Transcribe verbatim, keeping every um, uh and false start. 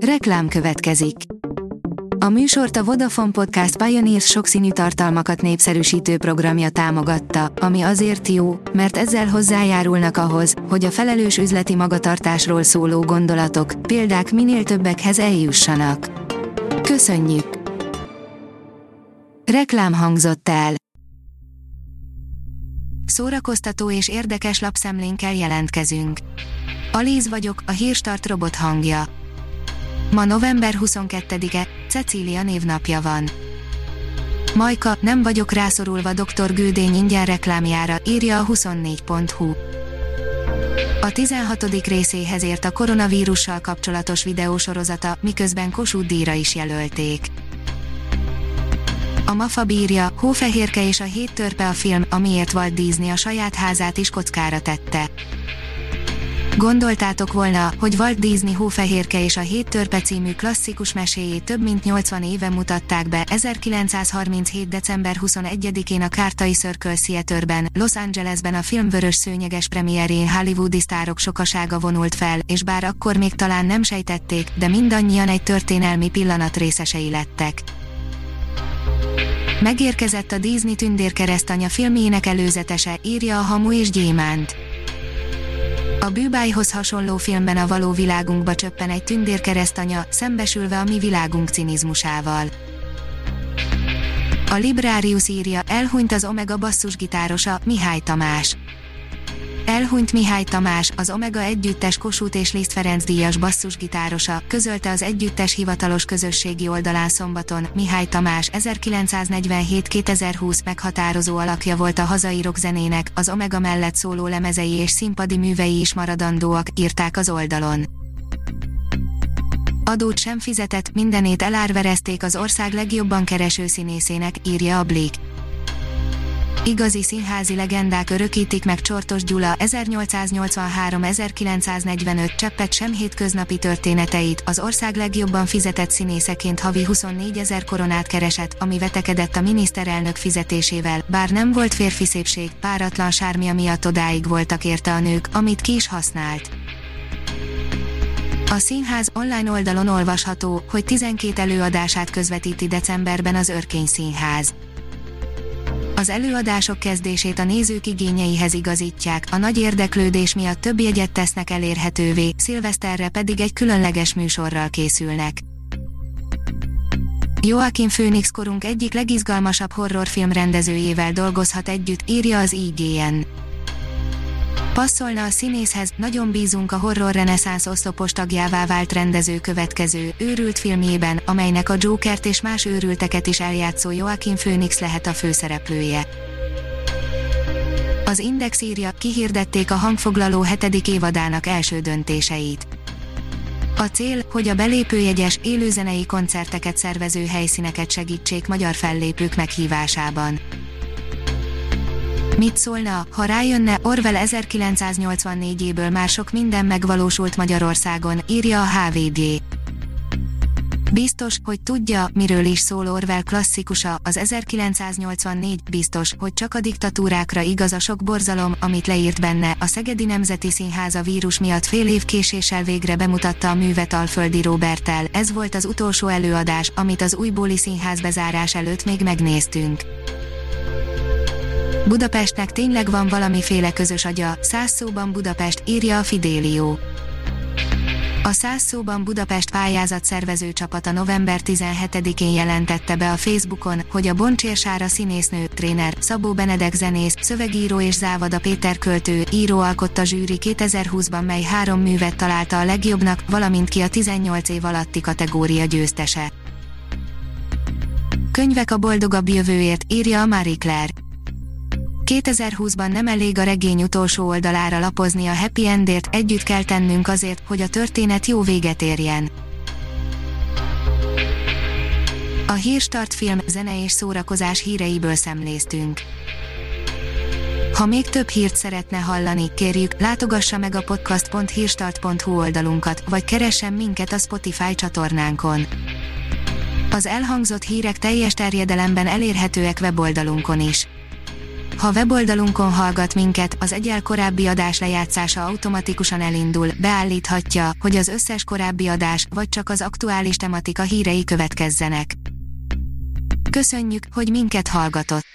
Reklám következik. A műsort a Vodafone Podcast Pioneers sokszínű tartalmakat népszerűsítő programja támogatta, ami azért jó, mert ezzel hozzájárulnak ahhoz, hogy a felelős üzleti magatartásról szóló gondolatok, példák minél többekhez eljussanak. Köszönjük! Reklám hangzott el. Szórakoztató és érdekes lapszemlénkkel jelentkezünk. Alíz vagyok, a Hírstart robot hangja. Ma november huszonkettedike, Cecília névnapja van. Majka, nem vagyok rászorulva doktor Güldény ingyen reklámjára, írja a huszonnégy pont hu. A tizenhatodik részéhez ért a koronavírussal kapcsolatos videósorozata, miközben Kossuth díjra is jelölték. A MAFA bírja, Hófehérke és a hét törpe a film, amiért Walt Disney a saját házát is kockára tette. Gondoltátok volna, hogy Walt Disney Hófehérke és a hét törpe című klasszikus meséjét több mint nyolcvan éve mutatták be ezerkilencszázharminchét. december huszonegyedikén a Kártai Circle Theaterben, Los Angelesben a film vörös szőnyeges premierjén hollywoodi sztárok sokasága vonult fel, és bár akkor még talán nem sejtették, de mindannyian egy történelmi pillanat részesei lettek. Megérkezett a Disney Tündérkeresztanya filmjének előzetese, írja a Hamu és Gyémánt. A bűbájhoz hasonló filmben a való világunkba csöppen egy tündérkeresztanya, szembesülve a mi világunk cinizmusával. A Librarius írja, elhunyt az Omega basszusgitárosa, Mihály Tamás. Elhunyt Mihály Tamás, az Omega együttes Kossuth és Liszt Ferenc díjas basszusgitárosa, közölte az együttes hivatalos közösségi oldalán szombaton. Mihály Tamás ezerkilencszáznegyvenhét kétezer-húsz meghatározó alakja volt a hazai rockzenének, az Omega mellett szóló lemezei és színpadi művei is maradandóak, írták az oldalon. Adót sem fizetett, mindenét elárverezték az ország legjobban kereső színészének, írja a Blick. Igazi színházi legendák örökítik meg Csortos Gyula ezernyolcszáznyolcvanhárom-ezerkilencszáznegyvenöt cseppet sem hétköznapi történeteit, az ország legjobban fizetett színészeként havi huszonnégyezer koronát keresett, ami vetekedett a miniszterelnök fizetésével, bár nem volt férfi szépség, páratlan sármja miatt odáig voltak érte a nők, amit ki is használt. A színház online oldalon olvasható, hogy tizenkét előadását közvetíti decemberben az Örkény Színház. Az előadások kezdését a nézők igényeihez igazítják, a nagy érdeklődés miatt több jegyet tesznek elérhetővé, szilveszterre pedig egy különleges műsorral készülnek. Joaquin Phoenix korunk egyik legizgalmasabb horrorfilm rendezőjével dolgozhat együtt, írja az i gé en. Passzolna a színészhez, nagyon bízunk a horror reneszánsz oszlopos tagjává vált rendező következő, őrült filmjében, amelynek a Jokert és más őrülteket is eljátszó Joaquin Phoenix lehet a főszereplője. Az Index írja, kihirdették a Hangfoglaló hetedik évadának első döntéseit. A cél, hogy a belépőjegyes, élőzenei koncerteket szervező helyszíneket segítsék magyar fellépők meghívásában. Mit szólna, ha rájönne, Orwell ezerkilencszáznyolcvannégyéből már sok minden megvalósult Magyarországon, írja a há vé gé. Biztos, hogy tudja, miről is szól Orwell klasszikusa, az ezerkilencszáznyolcvannégy, biztos, hogy csak a diktatúrákra igaz a sok borzalom, amit leírt benne. A Szegedi Nemzeti Színház a vírus miatt fél év késéssel végre bemutatta a művet Alföldi Róberttel, ez volt az utolsó előadás, amit az újbóli színház bezárás előtt még megnéztünk. Budapestnek tényleg van valamiféle közös agya, száz szóban Budapest, írja a Fidelio. A száz szóban Budapest pályázat szervező csapata november tizenhetedikén jelentette be a Facebookon, hogy a Boncsér Sára színésznő, tréner, Szabó Benedek zenész, szövegíró és Závada Péter költő, író alkotta zsűri kétezer-húszban, mely három művet találta a legjobbnak, valamint ki a tizennyolc év alatti kategória győztese. Könyvek a boldogabb jövőért, írja a Marie Claire. kétezer-húszban nem elég a regény utolsó oldalára lapozni a happy endért, együtt kell tennünk azért, hogy a történet jó véget érjen. A Hírstart film, zene és szórakozás híreiből szemléztünk. Ha még több hírt szeretne hallani, kérjük, látogassa meg a podcast pont hírstart pont hu oldalunkat, vagy keressen minket a Spotify csatornánkon. Az elhangzott hírek teljes terjedelemben elérhetőek weboldalunkon is. Ha weboldalunkon hallgat minket, az egyel korábbi adás lejátszása automatikusan elindul, beállíthatja, hogy az összes korábbi adás, vagy csak az aktuális tematika hírei következzenek. Köszönjük, hogy minket hallgatott!